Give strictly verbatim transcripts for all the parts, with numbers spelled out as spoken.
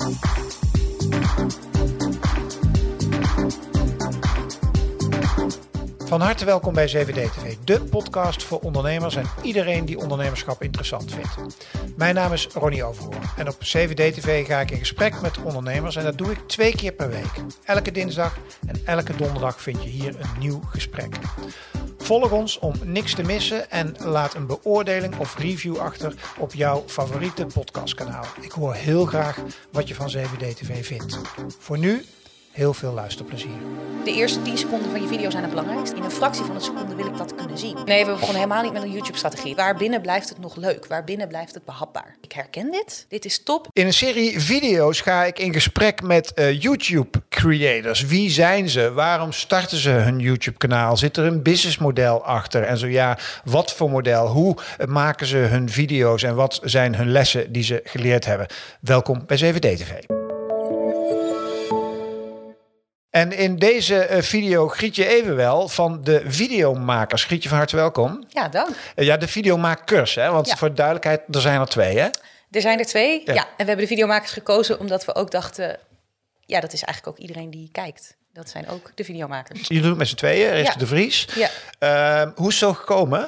Van harte welkom bij zeven D T V, de podcast voor ondernemers en iedereen die ondernemerschap interessant vindt. Mijn naam is Ronnie Overhoorn en op zeven D T V ga ik in gesprek met ondernemers en dat doe ik twee keer per week. Elke dinsdag en elke donderdag vind je hier een nieuw gesprek. Volg ons om niks te missen en laat een beoordeling of review achter op jouw favoriete podcastkanaal. Ik hoor heel graag wat je van zeven D T V vindt. Voor nu, heel veel luisterplezier. De eerste tien seconden van je video zijn het belangrijkst. In een fractie van een seconde wil ik dat kunnen zien. Nee, we begonnen helemaal niet met een YouTube-strategie. Waarbinnen blijft het nog leuk? Waarbinnen blijft het behapbaar? Ik herken dit. Dit is top. In een serie video's ga ik in gesprek met uh, YouTube-creators. Wie zijn ze? Waarom starten ze hun YouTube-kanaal? Zit er een businessmodel achter? En zo ja, wat voor model? Hoe maken ze hun video's? En wat zijn hun lessen die ze geleerd hebben? Welkom bij zeven D T V. En in deze uh, video Grietje Evenwel van de videomakers. Grietje, van harte welkom. Ja, dank. Uh, ja, de videomakers, hè? Want ja. Voor de duidelijkheid, er zijn er twee, hè? Er zijn er twee, ja. ja. En we hebben de videomakers gekozen omdat we ook dachten, ja, dat is eigenlijk ook iedereen die kijkt. Dat zijn ook de videomakers. Jullie doen het met z'n tweeën, Riske ja. de Vries. Ja. Uh, hoe is het zo gekomen?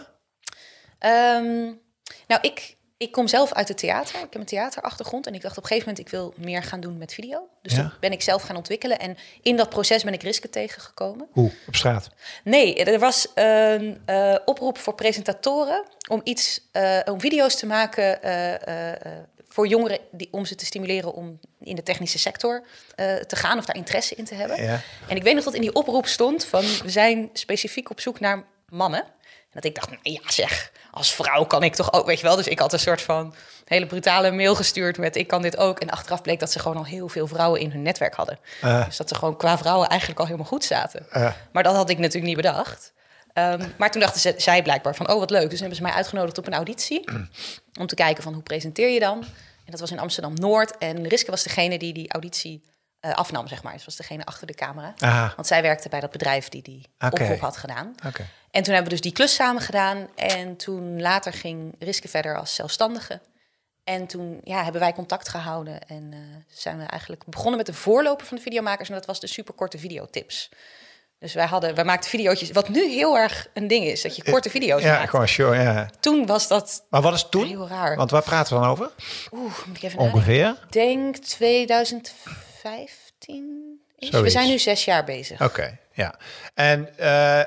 Um, nou, ik... Ik kom zelf uit het theater. Ik heb een theaterachtergrond. En ik dacht op een gegeven moment, ik wil meer gaan doen met video. Dus ja. toen ben ik zelf gaan ontwikkelen. En in dat proces ben ik Riske tegengekomen. Hoe? Op straat? Nee, er was een uh, oproep voor presentatoren om iets, uh, om video's te maken uh, uh, voor jongeren, die, om ze te stimuleren om in de technische sector uh, te gaan of daar interesse in te hebben. Ja. En ik weet nog dat in die oproep stond van, we zijn specifiek op zoek naar mannen. En dat ik dacht, nou ja zeg, als vrouw kan ik toch ook, weet je wel. Dus ik had een soort van hele brutale mail gestuurd met ik kan dit ook. En achteraf bleek dat ze gewoon al heel veel vrouwen in hun netwerk hadden. Uh. Dus dat ze gewoon qua vrouwen eigenlijk al helemaal goed zaten. Uh. Maar dat had ik natuurlijk niet bedacht. Um, maar toen dachten ze, zij blijkbaar van, oh wat leuk. Dus toen hebben ze mij uitgenodigd op een auditie. Mm. Om te kijken van, hoe presenteer je dan? En dat was in Amsterdam-Noord. En Riske was degene die die auditie uh, afnam, zeg maar. Ze was degene achter de camera. Aha. Want zij werkte bij dat bedrijf die die okay. oproep had gedaan. Okay. En toen hebben we dus die klus samen gedaan. En toen later ging Riske verder als zelfstandige. En toen ja, hebben wij contact gehouden. En uh, zijn we eigenlijk begonnen met de voorloper van de videomakers. En dat was de superkorte videotips. Dus wij, hadden, wij maakten video's, wat nu heel erg een ding is. Dat je korte video's ja, maakt. Gewoon sure, ja. Toen was dat Maar wat is toen? Heel raar. Want waar praten we dan over? Oeh, moet ik even Ongeveer? nadenken. Ik denk twintig vijftien. We zijn nu zes jaar bezig. Oké, okay, ja. En uh,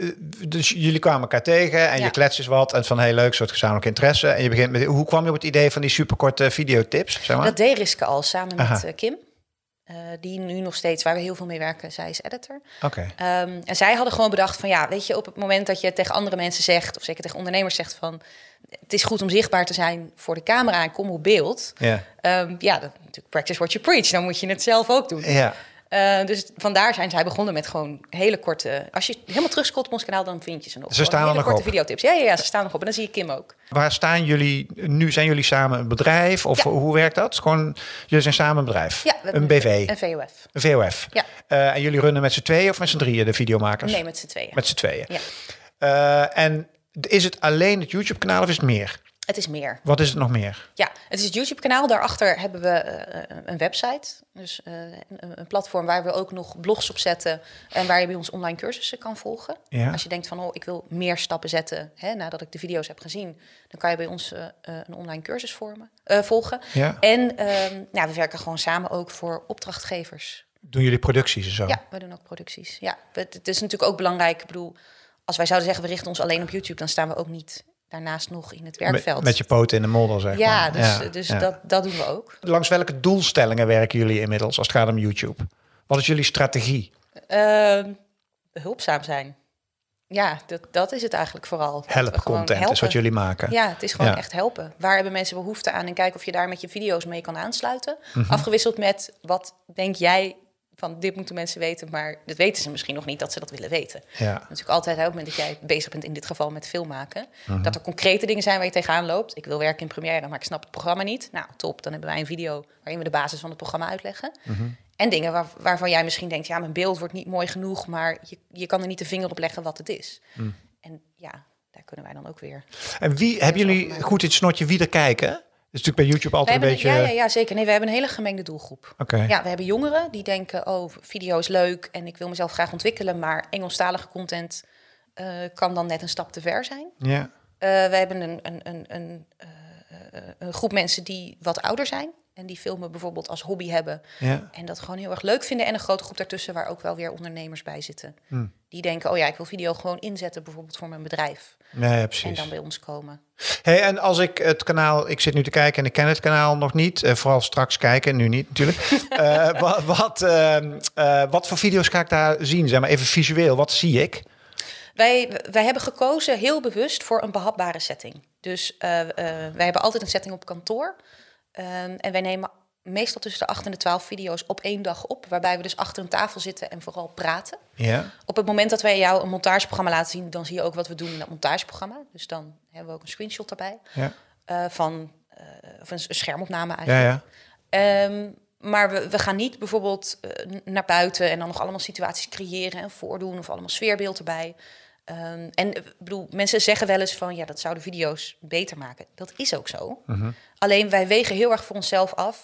dus jullie kwamen elkaar tegen en ja. je kletst wat en van heel leuk, soort gezamenlijk interesse. En je begint met, hoe kwam je op het idee van die superkorte videotips? Zeg maar? Dat deed Riske al samen Aha. met uh, Kim. Uh, die nu nog steeds, waar we heel veel mee werken, zij is editor. Okay. Um, en zij hadden gewoon bedacht van ja, weet je, op het moment dat je tegen andere mensen zegt, of zeker tegen ondernemers zegt van, het is goed om zichtbaar te zijn voor de camera en kom op beeld. Yeah. Um, ja, dat, natuurlijk practice what you preach, dan moet je het zelf ook doen. Yeah. Uh, dus vandaar zijn zij begonnen met gewoon hele korte. Als je helemaal terugscrollt op ons kanaal, dan vind je ze nog. Ze staan hele nog korte op. videotips. Ja, ja, ja, ze staan nog op. En dan zie je Kim ook. Waar staan jullie nu? Zijn jullie samen een bedrijf? Of ja. hoe werkt dat? Gewoon, jullie zijn samen een bedrijf? Ja, een B V? Een V O F. Een V O F. Ja. Uh, en jullie runnen met z'n tweeën of met z'n drieën de videomakers? Nee, met z'n tweeën. Met z'n tweeën. Ja. Uh, en is het alleen het YouTube-kanaal of is het meer? Het is meer. Wat is het nog meer? Ja, het is het YouTube-kanaal. Daarachter hebben we uh, een website. Dus uh, een, een platform waar we ook nog blogs op zetten. En waar je bij ons online cursussen kan volgen. Ja. Als je denkt van, oh, ik wil meer stappen zetten. Hè, nadat ik de video's heb gezien. Dan kan je bij ons uh, uh, een online cursus vormen, uh, volgen. Ja. En uh, nou, we werken gewoon samen ook voor opdrachtgevers. Doen jullie producties en zo? Ja, we doen ook producties. Ja, het, het is natuurlijk ook belangrijk. Ik bedoel, als wij zouden zeggen, we richten ons alleen op YouTube. Dan staan we ook niet daarnaast nog in het werkveld. Met, met je poten in de modder, zeg ja, maar. Dus, ja, dus ja. Dat, dat doen we ook. Langs welke doelstellingen werken jullie inmiddels als het gaat om YouTube? Wat is jullie strategie? Uh, behulpzaam zijn. Ja, dat, dat is het eigenlijk vooral. Help content helpen. Is wat jullie maken. Ja, het is gewoon ja. echt helpen. Waar hebben mensen behoefte aan? En kijken of je daar met je video's mee kan aansluiten. Mm-hmm. Afgewisseld met, wat denk jij van dit moeten mensen weten, maar dat weten ze misschien nog niet dat ze dat willen weten. Ja. Natuurlijk altijd op het moment dat jij bezig bent in dit geval met film maken, uh-huh. dat er concrete dingen zijn waar je tegenaan loopt. Ik wil werken in Premiere, maar ik snap het programma niet. Nou, top, dan hebben wij een video waarin we de basis van het programma uitleggen. Uh-huh. En dingen waar, waarvan jij misschien denkt, ja, mijn beeld wordt niet mooi genoeg, maar je, je kan er niet de vinger op leggen wat het is. Uh-huh. En ja, daar kunnen wij dan ook weer. En wie hebben jullie, goed in het snotje, wie er kijken? is natuurlijk bij YouTube altijd een beetje... Ja, ja, ja, zeker. Nee, we hebben een hele gemengde doelgroep. Okay. Ja, we hebben jongeren die denken, oh, video is leuk en ik wil mezelf graag ontwikkelen, maar Engelstalige content uh, kan dan net een stap te ver zijn. Ja. Uh, we hebben een, een, een, een, uh, een groep mensen die wat ouder zijn en die filmen bijvoorbeeld als hobby hebben. Ja. En dat gewoon heel erg leuk vinden. En een grote groep daartussen waar ook wel weer ondernemers bij zitten. Hmm. Die denken, oh ja, ik wil video gewoon inzetten bijvoorbeeld voor mijn bedrijf. Nee, ja, precies. En dan bij ons komen. Hey, en als ik het kanaal, ik zit nu te kijken en ik ken het kanaal nog niet. Uh, vooral straks kijken, nu niet natuurlijk. uh, wat, wat, uh, uh, wat voor video's ga ik daar zien? Zeg maar even visueel, wat zie ik? Wij, wij hebben gekozen heel bewust voor een behapbare setting. Dus uh, uh, wij hebben altijd een setting op kantoor. Um, en wij nemen meestal tussen de acht en de twaalf video's op één dag op. Waarbij we dus achter een tafel zitten en vooral praten. Ja. Op het moment dat wij jou een montageprogramma laten zien, dan zie je ook wat we doen in dat montageprogramma. Dus dan hebben we ook een screenshot erbij. Ja. Uh, van uh, of een schermopname eigenlijk. Ja, ja. Um, maar we, we gaan niet bijvoorbeeld uh, naar buiten en dan nog allemaal situaties creëren en voordoen of allemaal sfeerbeeld erbij. Um, en ik bedoel, mensen zeggen wel eens van ja, dat zou de video's beter maken. Dat is ook zo. Mm-hmm. Alleen wij wegen heel erg voor onszelf af.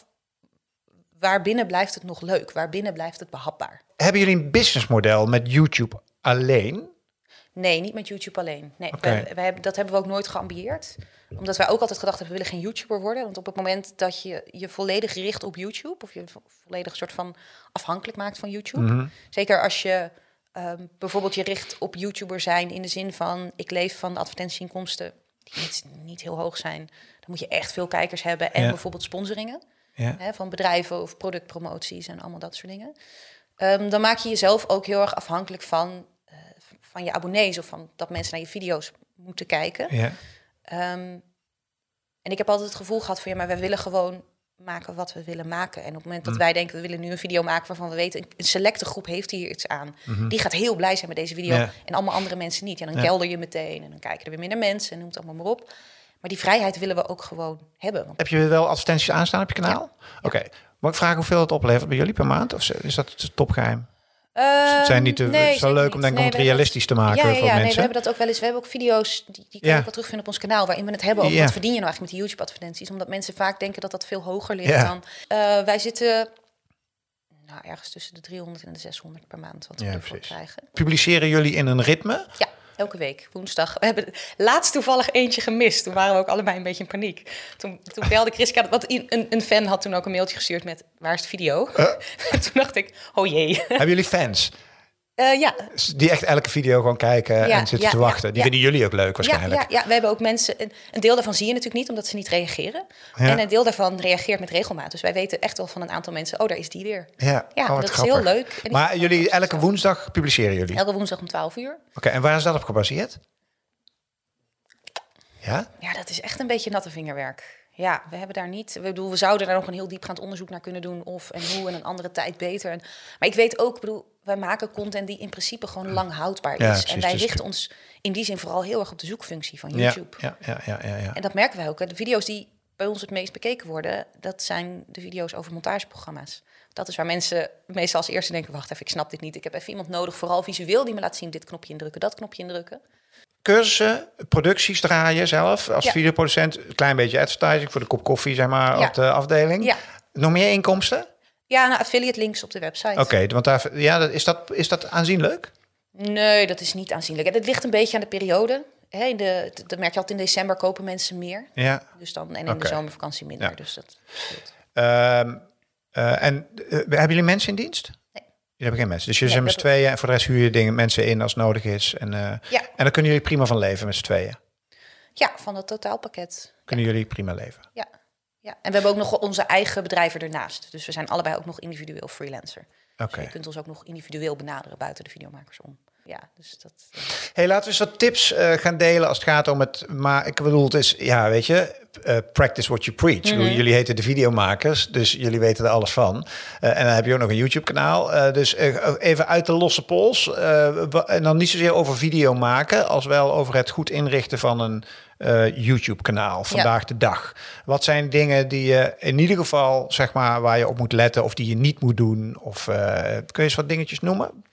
Waarbinnen blijft het nog leuk? Waarbinnen blijft het behapbaar? Hebben jullie een businessmodel met YouTube alleen? Nee, niet met YouTube alleen. Nee, Okay. wij, wij hebben, dat hebben we ook nooit geambieerd. Omdat wij ook altijd gedacht hebben, we willen geen YouTuber worden. Want op het moment dat je je volledig richt op YouTube, of je volledig soort van afhankelijk maakt van YouTube. Mm-hmm. Zeker als je um, bijvoorbeeld je richt op YouTuber zijn in de zin van, ik leef van de advertentieinkomsten die niet, niet heel hoog zijn. Dan moet je echt veel kijkers hebben en ja. bijvoorbeeld sponsoringen. Ja. Hè, van bedrijven of productpromoties en allemaal dat soort dingen. Um, dan maak je jezelf ook heel erg afhankelijk van, uh, van je abonnees of van dat mensen naar je video's moeten kijken. Ja. Um, en ik heb altijd het gevoel gehad van ja, maar wij willen gewoon maken wat we willen maken. En op het moment dat mm. wij denken, we willen nu een video maken waarvan we weten, een selecte groep heeft hier iets aan. Mm-hmm. Die gaat heel blij zijn met deze video ja. en allemaal andere mensen niet. Ja, dan ja. kelder je meteen en dan kijken er weer minder mensen en noem het allemaal maar op. Maar die vrijheid willen we ook gewoon hebben. Heb je wel advertenties aanstaan op je kanaal? Ja. Oké. Okay. Mag ik vragen hoeveel het oplevert bij jullie per maand? Of is dat topgeheim? Um, het zijn niet te, nee, het is wel leuk om denk ik nee, om het realistisch dat, te maken ja, ja, voor ja, mensen. Nee, we hebben dat ook wel eens. We hebben ook video's die, die kan je ja. ook wel terugvinden op ons kanaal, waarin we het hebben over ja. wat verdien je nou eigenlijk met die YouTube-advertenties, omdat mensen vaak denken dat dat veel hoger ligt ja. dan. Uh, wij zitten nou ergens tussen de driehonderd en de zeshonderd per maand wat we ja, ervoor krijgen. Publiceren jullie in een ritme? Ja. Elke week, woensdag. We hebben laatst toevallig eentje gemist. Toen waren we ook allebei een beetje in paniek. Toen, toen belde Chriska, wat een, een fan had toen ook een mailtje gestuurd met, waar is de video? Uh. En toen dacht ik, oh jee. Hebben jullie fans? Uh, ja. Die echt elke video gewoon kijken ja, en zitten ja, te wachten. Die ja. vinden jullie ook leuk waarschijnlijk. Ja, ja, ja, we hebben ook mensen, een, een deel daarvan zie je natuurlijk niet, omdat ze niet reageren. Ja. En een deel daarvan reageert met regelmaat. Dus wij weten echt wel van een aantal mensen, oh, daar is die weer. Ja, ja oh, dat grappig. is heel leuk. En maar jullie, elke woensdag publiceren jullie? Elke woensdag om twaalf uur. Oké, okay, en waar is dat op gebaseerd? Ja? Ja, dat is echt een beetje natte vingerwerk. Ja, we hebben daar niet... We, bedoel, we zouden daar nog een heel diepgaand onderzoek naar kunnen doen. Of en hoe en een andere tijd beter. En, maar ik weet ook, bedoel, wij maken content die in principe gewoon lang houdbaar is. Ja, precies, en wij dus richten ons in die zin vooral heel erg op de zoekfunctie van YouTube. Ja, ja, ja, ja, ja. En dat merken wij ook. De video's die bij ons het meest bekeken worden, dat zijn de video's over montageprogramma's. Dat is waar mensen meestal als eerste denken, wacht even, ik snap dit niet. Ik heb even iemand nodig, vooral visueel, die me laat zien, dit knopje indrukken, dat knopje indrukken. Cursussen, producties draaien zelf als ja. videoproducent. Een klein beetje advertising voor de kop koffie, zeg maar, ja. op de afdeling. Ja. Nog meer inkomsten? Ja, nou, affiliate links op de website. Oké, okay, want daar, ja, is, dat, is dat aanzienlijk? Nee, dat is niet aanzienlijk. Het ligt een beetje aan de periode. He, in de, dat merk je altijd, in december kopen mensen meer. Ja. Dus dan, en in okay. de zomervakantie minder. Ja. Dus dat um, uh, en uh, hebben jullie mensen in dienst? Nee. Jullie hebben geen mensen. Dus jullie nee, zijn met z'n tweeën en voor de rest huur je dingen, mensen in als nodig is. En, uh, ja. en dan kunnen jullie prima van leven met z'n tweeën? Ja, van het totaalpakket. Kunnen ja. jullie prima leven? Ja. ja. En we hebben ook nog onze eigen bedrijven ernaast. Dus we zijn allebei ook nog individueel freelancer. Okay. Dus je kunt ons ook nog individueel benaderen buiten de videomakers om. Ja, dus dat. Ja. Hey, laten we eens wat tips uh, gaan delen als het gaat om het. Maar ik bedoel, het is, ja, weet je, uh, practice what you preach. Mm-hmm. Jullie heten de videomakers, dus jullie weten er alles van. Uh, en dan heb je ook nog een YouTube-kanaal. Uh, dus uh, even uit de losse pols. Uh, en dan niet zozeer over video maken, als wel over het goed inrichten van een uh, YouTube-kanaal vandaag ja. de dag. Wat zijn dingen die je in ieder geval, zeg maar, waar je op moet letten of die je niet moet doen? Of uh, kun je eens wat dingetjes noemen?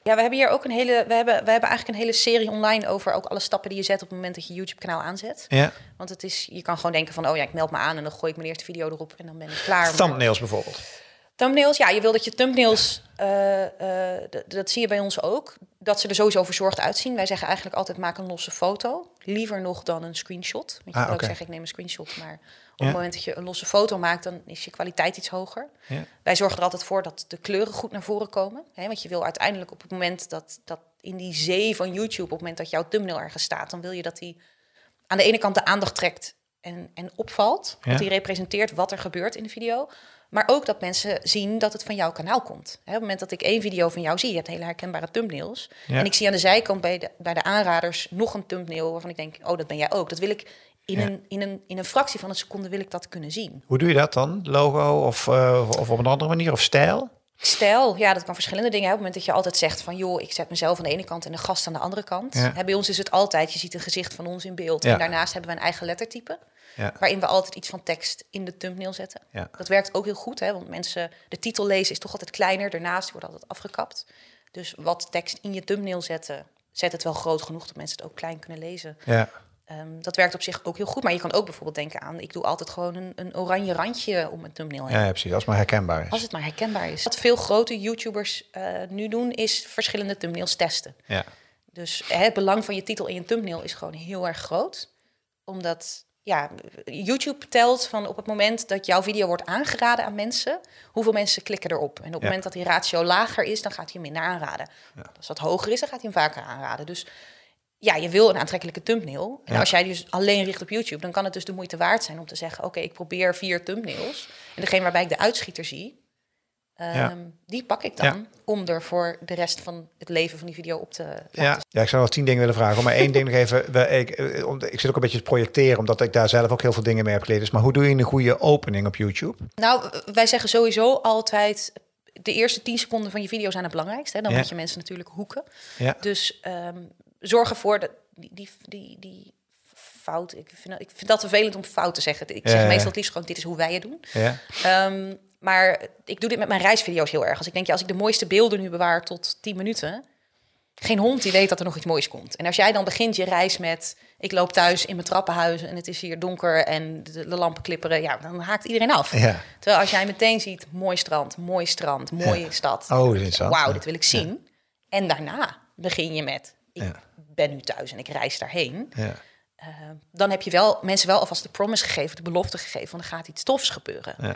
Ja, we hebben hier ook een hele, we hebben, we hebben eigenlijk een hele serie online over ook alle stappen die je zet op het moment dat je YouTube-kanaal aanzet. Ja. Want het is, je kan gewoon denken van, oh ja, ik meld me aan en dan gooi ik mijn eerste video erop en dan ben ik klaar. Thumbnails bijvoorbeeld. Thumbnails, ja, je wil dat je thumbnails, uh, uh, d- dat zie je bij ons ook, dat ze er sowieso verzorgd uitzien. Wij zeggen eigenlijk altijd, maak een losse foto. Liever nog dan een screenshot. Want je Ah, kan okay. ook zeggen, ik neem een screenshot, maar op Ja. het moment dat je een losse foto maakt, dan is je kwaliteit iets hoger. Ja. Wij zorgen er altijd voor dat de kleuren goed naar voren komen. Hè, want je wil uiteindelijk op het moment dat, dat in die zee van YouTube, op het moment dat jouw thumbnail ergens staat, dan wil je dat die aan de ene kant de aandacht trekt en, en opvalt. Ja. Dat die representeert wat er gebeurt in de video. Maar ook dat mensen zien dat het van jouw kanaal komt. Hè, op het moment dat ik één video van jou zie, je hebt hele herkenbare thumbnails. Ja. En ik zie aan de zijkant bij de, bij de aanraders nog een thumbnail waarvan ik denk, oh, dat ben jij ook. Dat wil ik in, Ja. een, in, een, in een fractie van een seconde wil ik dat kunnen zien. Hoe doe je dat dan? Logo of, uh, of op een andere manier? Of stijl? Stijl, ja, dat kan verschillende dingen hebben. Op het moment dat je altijd zegt van, joh, ik zet mezelf aan de ene kant en de gast aan de andere kant. Ja. Hè, bij ons is het altijd, je ziet een gezicht van ons in beeld. Ja. En daarnaast hebben we een eigen lettertype. Ja. Waarin we altijd iets van tekst in de thumbnail zetten. Ja. Dat werkt ook heel goed, hè, want mensen, de titel lezen is toch altijd kleiner. Daarnaast wordt altijd afgekapt. Dus wat tekst in je thumbnail zetten, zet het wel groot genoeg dat mensen het ook klein kunnen lezen. Ja. Um, dat werkt op zich ook heel goed. Maar je kan ook bijvoorbeeld denken aan, ik doe altijd gewoon een, een oranje randje om mijn thumbnail heen. Ja, ja, precies. Als het maar herkenbaar is. Als het maar herkenbaar is. Wat veel grote YouTubers uh, nu doen, is verschillende thumbnails testen. Ja. Dus hè, het belang van je titel in je thumbnail is gewoon heel erg groot. Omdat, ja, YouTube telt van op het moment dat jouw video wordt aangeraden aan mensen, hoeveel mensen klikken erop. En op het Ja. moment dat die ratio lager is, dan gaat hij hem minder aanraden. Ja. Als dat hoger is, dan gaat hij hem vaker aanraden. Dus ja, je wil een aantrekkelijke thumbnail. En Ja. als jij dus alleen richt op YouTube, dan kan het dus de moeite waard zijn om te zeggen, oké, okay, ik probeer vier thumbnails. En degene waarbij ik de uitschieter zie, Um, Ja. die pak ik dan Ja. om er voor de rest van het leven van die video op te laten. Ja. ja, ik zou wel tien dingen willen vragen. Maar één ding nog even. we- Ik, eh, om- ik zit ook een beetje te projecteren, omdat ik daar zelf ook heel veel dingen mee heb geleerd. Dus, maar hoe doe je een goede opening op YouTube? Nou, wij zeggen sowieso altijd, de eerste tien seconden van je video zijn het belangrijkste. Hè? Dan Ja. moet je mensen natuurlijk hoeken. Ja. Dus um, zorg ervoor dat die, die, die, die fout, ik vind, ik vind dat vervelend om fout te zeggen. Ik Ja, zeg ja, ja. meestal het liefst gewoon, dit is hoe wij het doen. Ja. Um, maar ik doe dit met mijn reisvideo's heel erg. Als ik denk, ja, als ik de mooiste beelden nu bewaar tot tien minuten, geen hond die weet dat er nog iets moois komt. En als jij dan begint je reis met, ik loop thuis in mijn trappenhuis en het is hier donker en de, de lampen klipperen, ja, dan haakt iedereen af. Ja. Terwijl als jij meteen ziet, mooi strand, mooi strand, mooie Ja. stad. Oh, dat is interessant. Wauw, Ja. dit wil ik zien. Ja. En daarna begin je met, ik Ja. ben nu thuis en ik reis daarheen. Ja. Uh, dan heb je wel mensen wel alvast de promise gegeven, de belofte gegeven, van er gaat iets tofs gebeuren. Ja.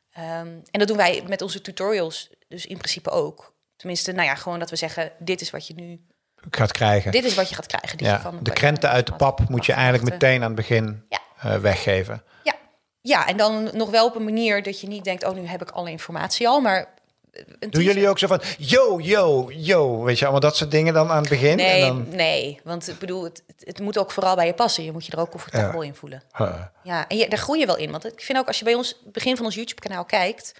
Um, en dat doen wij met onze tutorials dus in principe ook. Tenminste, nou ja, gewoon dat we zeggen, dit is wat je nu Gaat krijgen. Dit is wat je gaat krijgen. Dit Ja. je van, De krenten uit de pap moet je eigenlijk wachten. meteen aan het begin Ja. uh, weggeven. Ja. Ja, en dan nog wel op een manier dat je niet denkt, oh, nu heb ik alle informatie al, maar Doen jullie ook zo van, yo, yo, yo, weet je, allemaal dat soort dingen dan aan het begin? Nee, en dan... nee, want ik bedoel, het, het, het moet ook vooral bij je passen. Je moet je er ook comfortabel Ja. in voelen. Huh. Ja, en je, daar groei je wel in. Want ik vind ook, als je bij ons begin van ons YouTube-kanaal kijkt,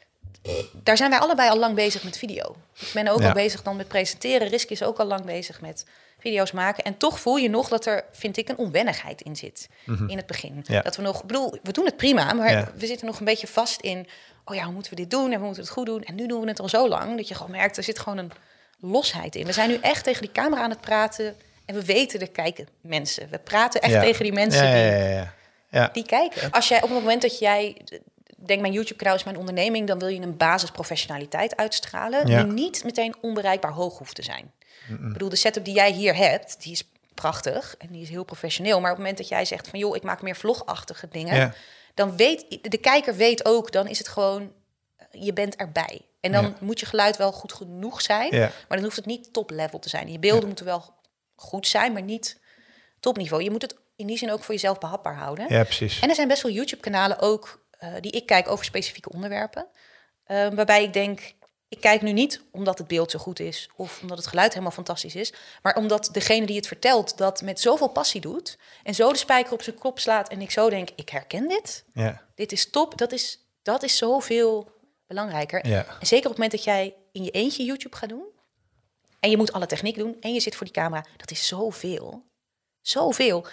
daar zijn wij allebei al lang bezig met video. Ik ben ook Ja. al bezig dan met presenteren. Risk is ook al lang bezig met video's maken. En toch voel je nog dat er, vind ik, een onwennigheid in zit. Mhm. In het begin. Ja. Dat we nog, ik bedoel, we doen het prima, maar Ja. we zitten nog een beetje vast in, oh ja, hoe moeten we dit doen? En we moeten het goed doen. En nu doen we het al zo lang, dat je gewoon merkt, er zit gewoon een losheid in. We zijn nu echt tegen die camera aan het praten. En we weten, er kijken mensen. We praten echt Ja. tegen die mensen Ja, die... ja, ja, ja. Ja. die kijken. Als jij op het moment dat jij denkt, mijn YouTube-kanaal is mijn onderneming, dan wil je een basisprofessionaliteit uitstralen, Ja. die niet meteen onbereikbaar hoog hoeft te zijn. Mm-mm. Ik bedoel, de setup die jij hier hebt, die is prachtig en die is heel professioneel. Maar op het moment dat jij zegt van, joh, ik maak meer vlogachtige dingen, Ja. dan weet de kijker weet ook, dan is het gewoon, je bent erbij. En dan Ja. moet je geluid wel goed genoeg zijn, Ja. maar dan hoeft het niet top level te zijn. Je beelden Ja. moeten wel goed zijn, maar niet topniveau. Je moet het in die zin ook voor jezelf behapbaar houden. Ja, precies. En er zijn best wel YouTube-kanalen ook uh, die ik kijk over specifieke onderwerpen. Uh, waarbij ik denk, ik kijk nu niet omdat het beeld zo goed is of omdat het geluid helemaal fantastisch is, maar omdat degene die het vertelt dat met zoveel passie doet en zo de spijker op zijn kop slaat en ik zo denk, ik herken dit. Ja. Dit is top. Dat is, dat is zoveel belangrijker. Ja. En zeker op het moment dat jij in je eentje YouTube gaat doen en je moet alle techniek doen en je zit voor die camera, dat is zoveel. Zoveel.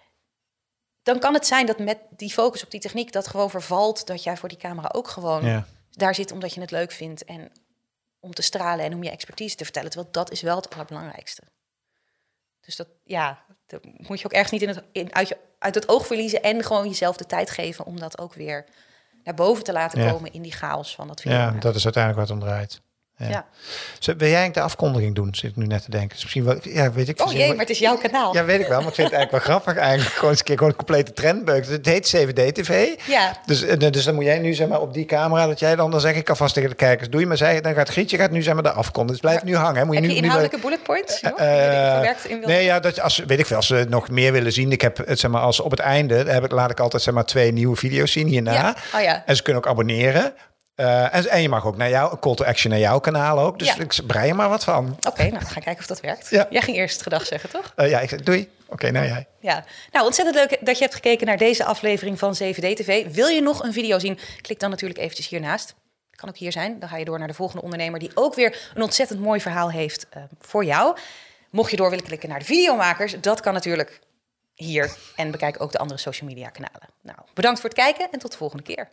Dan kan het zijn dat met die focus op die techniek dat gewoon vervalt, dat jij voor die camera ook gewoon Ja. daar zit omdat je het leuk vindt en om te stralen en om je expertise te vertellen. Terwijl dat is wel het allerbelangrijkste. Dus dat, ja, dat moet je ook ergens niet in het, in, uit, je, uit het oog verliezen en gewoon jezelf de tijd geven om dat ook weer naar boven te laten ja. komen in die chaos van dat video. Ja, dat is uiteindelijk wat om draait. Ja. Ja. Zo, wil jij eigenlijk de afkondiging doen, zit ik nu net te denken. Dus misschien wel, ja, weet ik. Oh jee, maar het is jouw kanaal. Ja, weet ik wel, maar ik vind het eigenlijk wel grappig. Eigenlijk gewoon eens een keer gewoon een complete trendbeuk. Het heet zeven D T V. Ja. Dus, dus dan moet jij nu zeg maar op die camera, dat jij dan, dan zeg ik alvast tegen de kijkers, doe je maar zeggen, dan gaat Grietje gaat nu zeg maar de afkondigen. Dus blijf nu hangen. Hè. Moet je Heb nu, je inhoudelijke nu, bullet points? Uh, uh, in nee, ja, dat als weet ik veel, als ze nog meer willen zien. Ik heb het zeg maar als op het einde heb ik laat ik altijd zeg maar twee nieuwe video's zien hierna. Ja. Oh, ja. En ze kunnen ook abonneren. Uh, en, en je mag ook naar jou, een call to action naar jouw kanaal ook. Dus ja. ik brei er maar wat van. Oké, okay, nou, we gaan kijken of dat werkt. Ja. Jij ging eerst gedag zeggen, toch? Uh, ja, ik zeg doei. Oké, okay, nou jij. Ja, nou ontzettend leuk dat je hebt gekeken naar deze aflevering van zeven D T V. Wil je nog een video zien? Klik dan natuurlijk eventjes hiernaast. Kan ook hier zijn. Dan ga je door naar de volgende ondernemer die ook weer een ontzettend mooi verhaal heeft uh, voor jou. Mocht je door willen klikken naar de videomakers, dat kan natuurlijk hier. En bekijk ook de andere social media kanalen. Nou, bedankt voor het kijken en tot de volgende keer.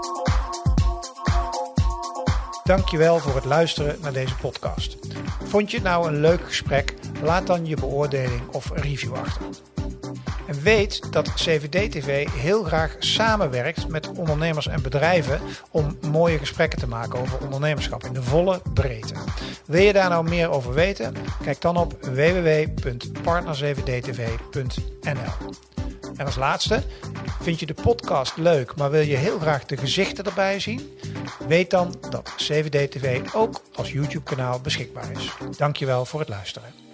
Dankjewel voor het luisteren naar deze podcast. Vond je het nou een leuk gesprek? Laat dan je beoordeling of review achter. En weet dat zeven D T V heel graag samenwerkt met ondernemers en bedrijven om mooie gesprekken te maken over ondernemerschap in de volle breedte. Wil je daar nou meer over weten? Kijk dan op w w w punt partner zeven d t v punt n l. En als laatste, vind je de podcast leuk, maar wil je heel graag de gezichten erbij zien? Weet dan dat zeven D T V ook als YouTube-kanaal beschikbaar is. Dankjewel voor het luisteren.